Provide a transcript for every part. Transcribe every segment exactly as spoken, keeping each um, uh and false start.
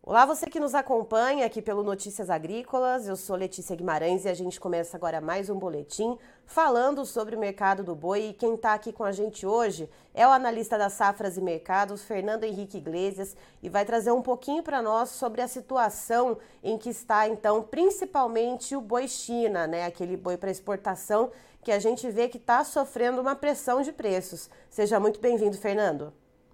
Olá, você que nos acompanha aqui pelo Notícias Agrícolas, eu sou Letícia Guimarães e a gente começa agora mais um boletim falando sobre o mercado do boi. E quem está aqui com a gente hoje é o analista das safras e mercados, Fernando Henrique Iglesias, e vai trazer um pouquinho para nós sobre a situação em que está, então, principalmente o boi China, né? Aquele boi para exportação que a gente vê que está sofrendo uma pressão de preços. Seja muito bem-vindo, Fernando.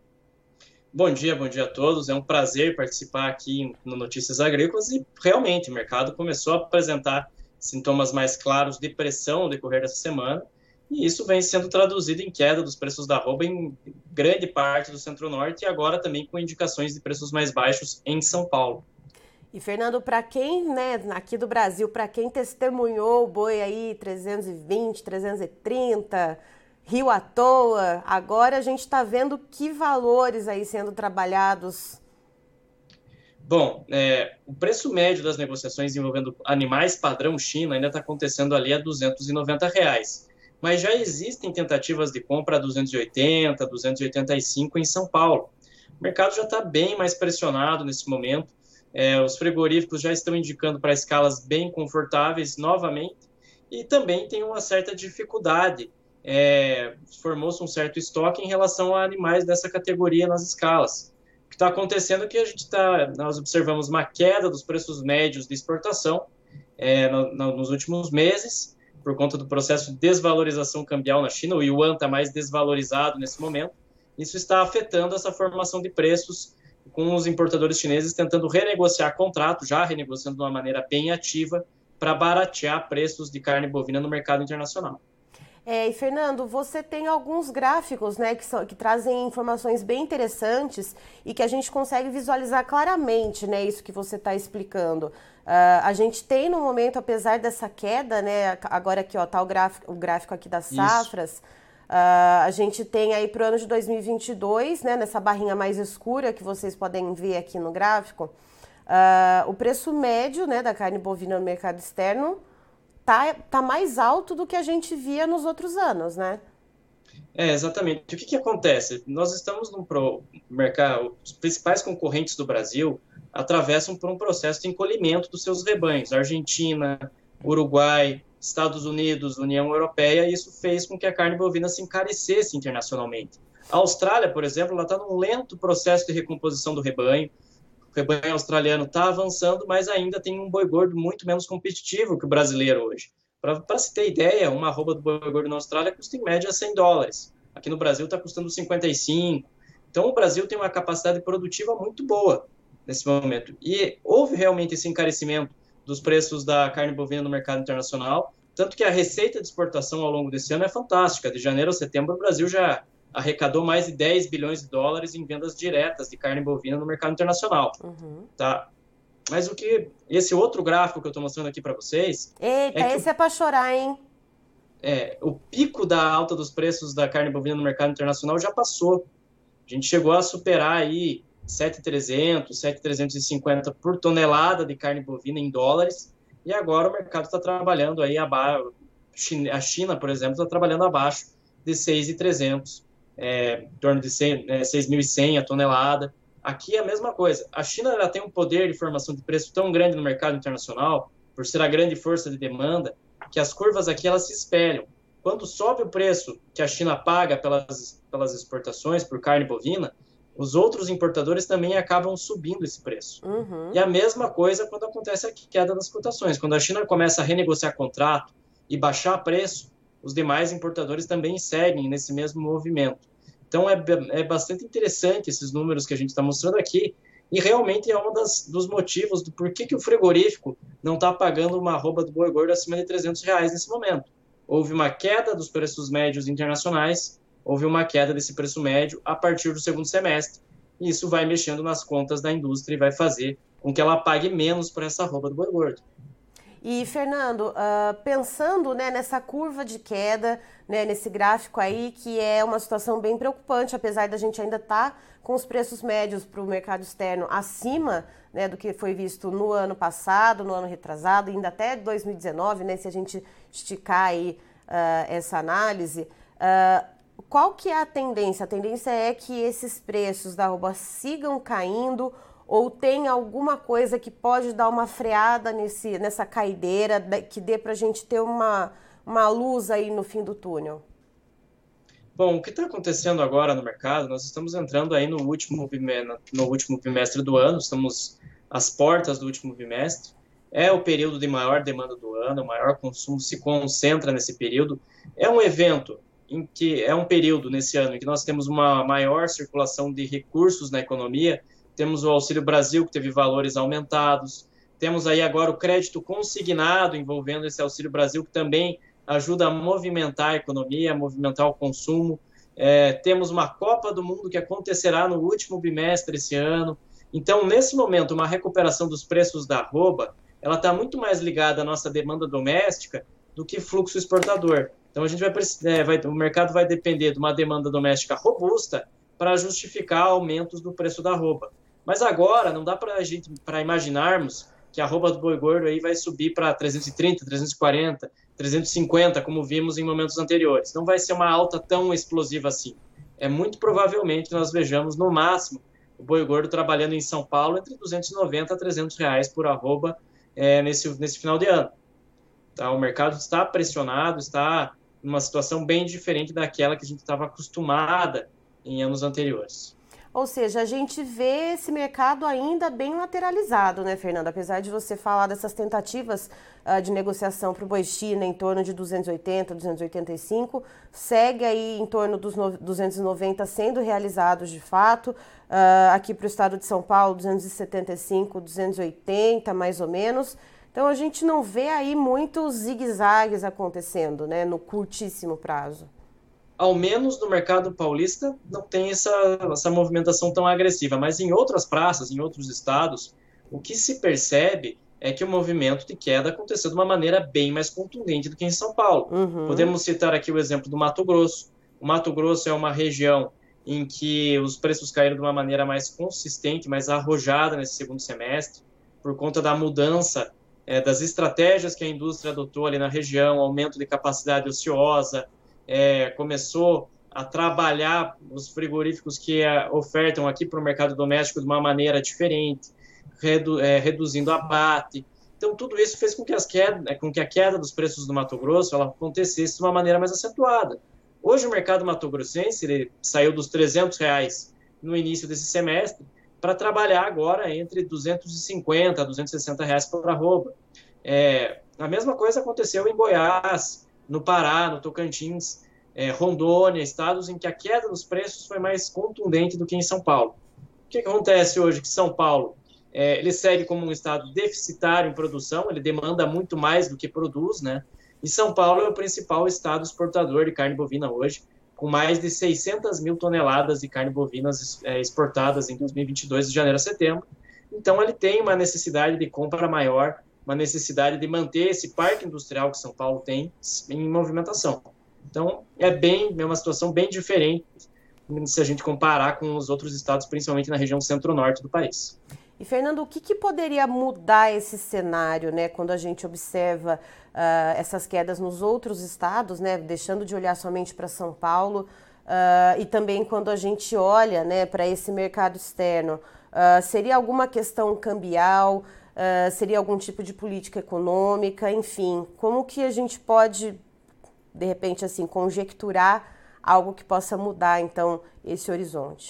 Bom dia, bom dia a todos. É um prazer participar aqui no Notícias Agrícolas e realmente o mercado começou a apresentar sintomas mais claros de pressão no decorrer dessa semana e isso vem sendo traduzido em queda dos preços da arroba em grande parte do Centro-Norte e agora também com indicações de preços mais baixos em São Paulo. E, Fernando, para quem, né, aqui do Brasil, para quem testemunhou o boi aí trezentos e vinte, trezentos e trinta, rio à toa, agora a gente está vendo que valores aí sendo trabalhados. Bom, é, o preço médio das negociações envolvendo animais padrão China ainda está acontecendo ali a duzentos e noventa reais, mas já existem tentativas de compra a duzentos e oitenta, duzentos e oitenta e cinco em São Paulo. O mercado já está bem mais pressionado nesse momento. É, os frigoríficos já estão indicando para escalas bem confortáveis novamente e também tem uma certa dificuldade. É, formou-se um certo estoque em relação a animais dessa categoria nas escalas. O que está acontecendo é que a gente tá, nós observamos uma queda dos preços médios de exportação é, no, no, nos últimos meses, por conta do processo de desvalorização cambial na China. O yuan está mais desvalorizado nesse momento. Isso está afetando essa formação de preços, com os importadores chineses tentando renegociar contrato, já renegociando de uma maneira bem ativa, para baratear preços de carne bovina no mercado internacional. É, e Fernando, você tem alguns gráficos, né, que, são, que trazem informações bem interessantes e que a gente consegue visualizar claramente, né, isso que você está explicando. Uh, a gente tem no momento, apesar dessa queda, né, agora aqui ó, tá o gráfico, o gráfico aqui das Isso. safras, uh, a gente tem aí para o ano de dois mil e vinte e dois, né, nessa barrinha mais escura que vocês podem ver aqui no gráfico, uh, o preço médio, né, da carne bovina no mercado externo Tá, tá mais alto do que a gente via nos outros anos, né? É, exatamente. O que, que acontece? Nós estamos num pro mercado, os principais concorrentes do Brasil atravessam por um processo de encolhimento dos seus rebanhos. Argentina, Uruguai, Estados Unidos, União Europeia, e isso fez com que a carne bovina se encarecesse internacionalmente. A Austrália, por exemplo, ela está num lento processo de recomposição do rebanho. O rebanho australiano está avançando, mas ainda tem um boi gordo muito menos competitivo que o brasileiro hoje. Para se ter ideia, uma arroba do boi gordo na Austrália custa em média cem dólares. Aqui no Brasil está custando cinquenta e cinco. Então o Brasil tem uma capacidade produtiva muito boa nesse momento. E houve realmente esse encarecimento dos preços da carne bovina no mercado internacional, tanto que a receita de exportação ao longo desse ano é fantástica. De janeiro a setembro, o Brasil já arrecadou mais de dez bilhões de dólares em vendas diretas de carne bovina no mercado internacional. Uhum. Tá? Mas o que esse outro gráfico que eu estou mostrando aqui para vocês é Eita, que esse o, é pra chorar, hein? é, o pico da alta dos preços da carne bovina no mercado internacional já passou. A gente chegou a superar aí sete mil e trezentos, sete mil trezentos e cinquenta por tonelada de carne bovina em dólares, e agora o mercado está trabalhando aí abaixo. A China, por exemplo, está trabalhando abaixo de seis mil e trezentos, é, em torno de é, seis mil e cem a tonelada. Aqui é a mesma coisa. A China ela tem um poder de formação de preço tão grande no mercado internacional, por ser a grande força de demanda, que as curvas aqui elas se espelham. Quando sobe o preço que a China paga pelas, pelas exportações por carne bovina, os outros importadores também acabam subindo esse preço. Uhum. E a mesma coisa quando acontece a queda das cotações. Quando a China começa a renegociar contrato e baixar preço, os demais importadores também seguem nesse mesmo movimento. Então, é, é bastante interessante esses números que a gente está mostrando aqui, e realmente é um das, dos motivos do porquê que o frigorífico não está pagando uma arroba do boi gordo acima de trezentos reais nesse momento. Houve uma queda dos preços médios internacionais, houve uma queda desse preço médio a partir do segundo semestre, e isso vai mexendo nas contas da indústria e vai fazer com que ela pague menos por essa arroba do boi gordo. E, Fernando, uh, pensando, né, nessa curva de queda, né, nesse gráfico aí, que é uma situação bem preocupante, apesar da gente ainda estar tá com os preços médios para o mercado externo acima, né, do que foi visto no ano passado, no ano retrasado, ainda até dois mil e dezenove, né, se a gente esticar aí uh, essa análise. Uh, qual que é a tendência? A tendência é que esses preços da arroba sigam caindo Ou tem alguma coisa que pode dar uma freada nesse, nessa caideira, que dê para a gente ter uma, uma luz aí no fim do túnel? Bom, o que está acontecendo agora no mercado, nós estamos entrando aí no último, no último bimestre do ano, estamos às portas do último bimestre, é o período de maior demanda do ano, o maior consumo se concentra nesse período, é um evento em que, é um período nesse ano em que nós temos uma maior circulação de recursos na economia, temos o Auxílio Brasil, que teve valores aumentados, temos aí agora o crédito consignado envolvendo esse Auxílio Brasil, que também ajuda a movimentar a economia, a movimentar o consumo. É, temos uma Copa do Mundo que acontecerá no último bimestre esse ano. Então, nesse momento, uma recuperação dos preços da arroba, ela está muito mais ligada à nossa demanda doméstica do que fluxo exportador. Então, a gente vai, é, vai, o mercado vai depender de uma demanda doméstica robusta para justificar aumentos do preço da arroba. Mas agora, não dá para a gente para imaginarmos que a arroba do boi gordo aí vai subir para trezentos e trinta, trezentos e quarenta, trezentos e cinquenta, como vimos em momentos anteriores. Não vai ser uma alta tão explosiva assim. É muito provavelmente que nós vejamos, no máximo, o boi gordo trabalhando em São Paulo entre duzentos e noventa a trezentos reais por arroba é, nesse, nesse final de ano. Tá? O mercado está pressionado, está numa situação bem diferente daquela que a gente estava acostumada em anos anteriores. Ou seja, a gente vê esse mercado ainda bem lateralizado, né, Fernando? Apesar de você falar dessas tentativas uh, de negociação para o boi China em torno de duzentos e oitenta, duzentos e oitenta e cinco, segue aí em torno dos duzentos e noventa sendo realizados de fato. Uh, aqui para o estado de São Paulo, duzentos e setenta e cinco, duzentos e oitenta mais ou menos. Então a gente não vê aí muitos zigue-zagues acontecendo, né, no curtíssimo prazo. Ao menos no mercado paulista, não tem essa, essa movimentação tão agressiva, mas em outras praças, em outros estados, o que se percebe é que o movimento de queda aconteceu de uma maneira bem mais contundente do que em São Paulo. Uhum. Podemos citar aqui o exemplo do Mato Grosso. O Mato Grosso é uma região em que os preços caíram de uma maneira mais consistente, mais arrojada nesse segundo semestre, por conta da mudança é, das estratégias que a indústria adotou ali na região, aumento de capacidade ociosa, É, começou a trabalhar os frigoríficos que é, ofertam aqui para o mercado doméstico de uma maneira diferente, redu, é, reduzindo abate. Então, tudo isso fez com que, as queda, com que a queda dos preços do Mato Grosso ela acontecesse de uma maneira mais acentuada. Hoje, o mercado mato-grossense ele saiu dos trezentos reais no início desse semestre para trabalhar agora entre duzentos e cinquenta a duzentos e sessenta reais por arroba. É, a mesma coisa aconteceu em Goiás, no Pará, no Tocantins, é, Rondônia, estados em que a queda dos preços foi mais contundente do que em São Paulo. O que acontece hoje? Que São Paulo é, ele segue como um estado deficitário em produção, ele demanda muito mais do que produz, né? E São Paulo é o principal estado exportador de carne bovina hoje, com mais de seiscentas mil toneladas de carne bovina é, exportadas em dois mil e vinte e dois, de janeiro a setembro. Então, ele tem uma necessidade de compra maior, uma necessidade de manter esse parque industrial que São Paulo tem em movimentação. Então, é, bem, é uma situação bem diferente se a gente comparar com os outros estados, principalmente na região centro-norte do país. E, Fernando, o que, que poderia mudar esse cenário, né, quando a gente observa uh, essas quedas nos outros estados, né, deixando de olhar somente para São Paulo, uh, e também quando a gente olha, né, para esse mercado externo? Uh, seria alguma questão cambial? Uh, seria algum tipo de política econômica, enfim, como que a gente pode, de repente, assim, conjecturar algo que possa mudar, então, esse horizonte?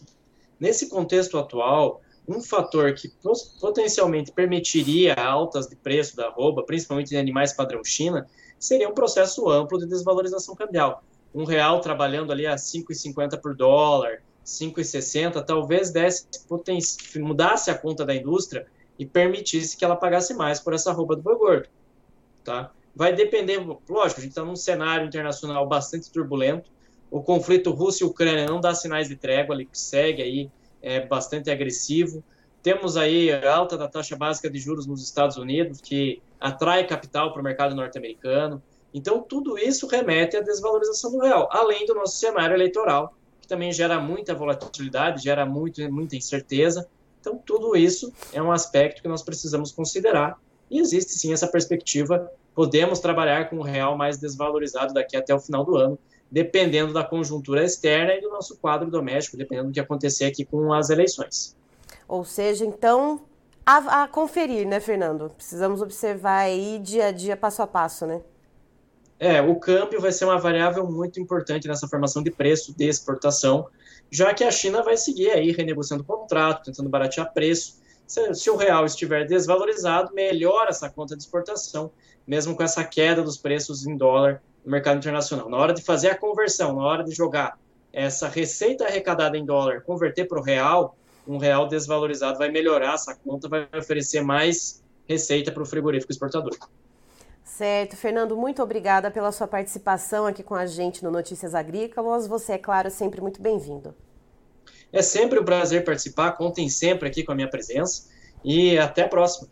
Nesse contexto atual, um fator que potencialmente permitiria altas de preço da arroba, principalmente de animais padrão China, seria um processo amplo de desvalorização cambial. Um real trabalhando ali a cinco e cinquenta por dólar, cinco e sessenta, talvez desse, mudasse a conta da indústria e permitisse que ela pagasse mais por essa arroba do boi gordo, tá? Vai depender, lógico, a gente está num cenário internacional bastante turbulento, o conflito Rússia e Ucrânia não dá sinais de trégua, ele segue aí é, bastante agressivo, temos aí a alta da taxa básica de juros nos Estados Unidos, que atrai capital para o mercado norte-americano, então tudo isso remete à desvalorização do real, além do nosso cenário eleitoral, que também gera muita volatilidade, gera muito, muita incerteza. Então, tudo isso é um aspecto que nós precisamos considerar e existe sim essa perspectiva. Podemos trabalhar com o real mais desvalorizado daqui até o final do ano, dependendo da conjuntura externa e do nosso quadro doméstico, dependendo do que acontecer aqui com as eleições. Ou seja, então, a, a conferir, né, Fernando? Precisamos observar aí dia a dia, passo a passo, né? É, o câmbio vai ser uma variável muito importante nessa formação de preço de exportação, já que a China vai seguir aí renegociando o contrato, tentando baratear preço. Se, se o real estiver desvalorizado, melhora essa conta de exportação, mesmo com essa queda dos preços em dólar no mercado internacional. Na hora de fazer a conversão, na hora de jogar essa receita arrecadada em dólar, converter para o real, um real desvalorizado vai melhorar essa conta, vai oferecer mais receita para o frigorífico exportador. Certo, Fernando, muito obrigada pela sua participação aqui com a gente no Notícias Agrícolas. Você, é claro, sempre muito bem-vindo. É sempre um prazer participar, contem sempre aqui com a minha presença e até a próxima.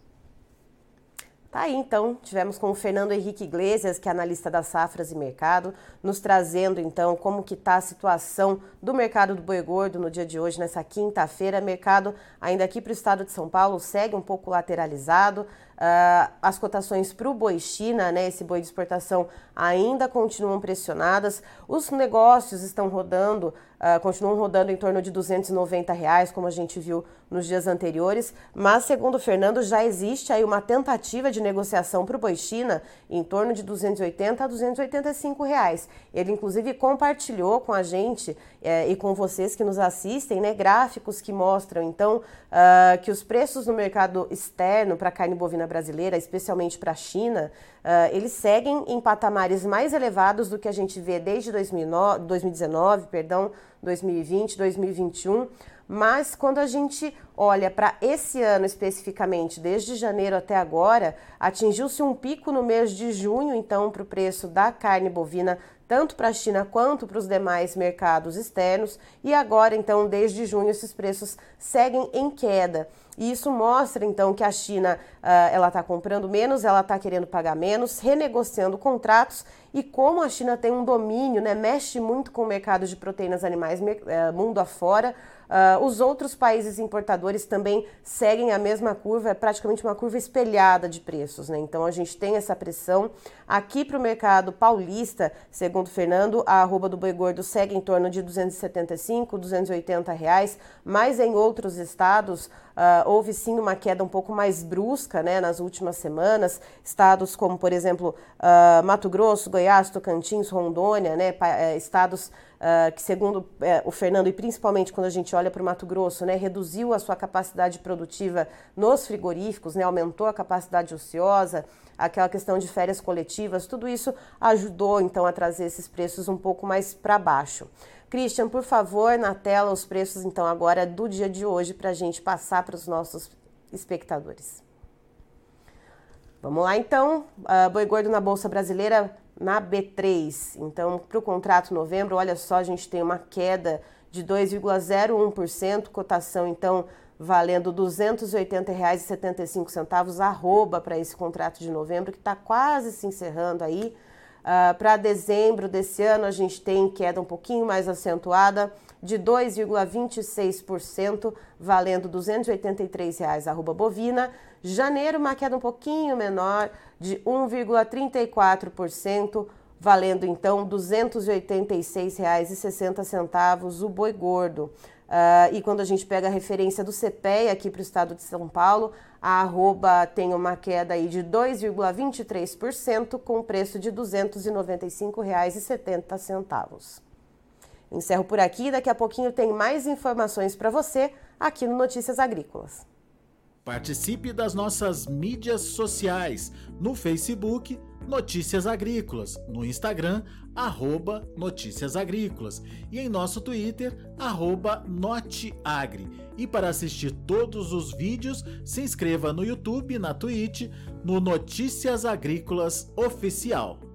Tá aí, então, tivemos com o Fernando Henrique Iglesias, que é analista das safras e mercado, nos trazendo, então, como que está a situação do mercado do boi gordo no dia de hoje, nessa quinta-feira. Mercado, ainda aqui para o estado de São Paulo, segue um pouco lateralizado. Uh, as cotações para o boi China, né, esse boi de exportação, ainda continuam pressionadas. Os negócios estão rodando, uh, continuam rodando em torno de duzentos e noventa reais, como a gente viu nos dias anteriores, mas, segundo o Fernando, já existe aí uma tentativa de negociação para o boi China em torno de duzentos e oitenta a duzentos e oitenta e cinco reais. Ele, inclusive, compartilhou com a gente eh, e com vocês que nos assistem, né, gráficos que mostram, então, uh, que os preços no mercado externo para carne bovina brasileira, especialmente para a China, uh, eles seguem em patamares mais elevados do que a gente vê desde dois mil e nove, dois mil e dezenove, perdão, dois mil e vinte, dois mil e vinte e um. Mas quando a gente olha para esse ano especificamente, desde janeiro até agora, atingiu-se um pico no mês de junho, então, para o preço da carne bovina, tanto para a China quanto para os demais mercados externos. E agora, então, desde junho, esses preços seguem em queda. E isso mostra, então, que a China uh, ela está comprando menos, ela está querendo pagar menos, renegociando contratos. E como a China tem um domínio, né, mexe muito com o mercado de proteínas animais uh, mundo afora, uh, os outros países importadores também seguem a mesma curva, é praticamente uma curva espelhada de preços, né? Então a gente tem essa pressão. Aqui para o mercado paulista, segundo o Fernando, a arroba do boi gordo segue em torno de duzentos e setenta e cinco, duzentos e oitenta reais, mas em outros estados uh, houve sim uma queda um pouco mais brusca, né, nas últimas semanas. Estados como, por exemplo, uh, Mato Grosso, Goiás, Tocantins, Rondônia, né, estados uh, que, segundo uh, o Fernando, e principalmente quando a gente olha para o Mato Grosso, né, reduziu a sua capacidade produtiva nos frigoríficos, né, aumentou a capacidade ociosa, aquela questão de férias coletivas, tudo isso ajudou, então, a trazer esses preços um pouco mais para baixo. Christian, por favor, na tela os preços, então, agora do dia de hoje, para a gente passar para os nossos espectadores. Vamos lá, então, uh, boi gordo na Bolsa Brasileira, na B três. Então, para o contrato novembro, olha só, a gente tem uma queda de dois vírgula zero um por cento, cotação, então, valendo duzentos e oitenta reais e setenta e cinco centavos, arroba para esse contrato de novembro, que está quase se encerrando aí. Uh, para dezembro desse ano, a gente tem queda um pouquinho mais acentuada, de dois vírgula vinte e seis por cento, valendo duzentos e oitenta e três reais, arroba bovina. Janeiro, uma queda um pouquinho menor, de um vírgula trinta e quatro por cento, valendo então duzentos e oitenta e seis reais e sessenta centavos o boi gordo. Uh, e quando a gente pega a referência do CEPEA aqui para o estado de São Paulo, a arroba tem uma queda aí de dois vírgula vinte e três por cento, com preço de duzentos e noventa e cinco reais e setenta centavos. Encerro por aqui, daqui a pouquinho tem mais informações para você aqui no Notícias Agrícolas. Participe das nossas mídias sociais, no Facebook, Notícias Agrícolas, no Instagram, arroba Notícias Agrícolas e em nosso Twitter, arroba Noteagri. E para assistir todos os vídeos, se inscreva no YouTube, na Twitch, no Notícias Agrícolas Oficial.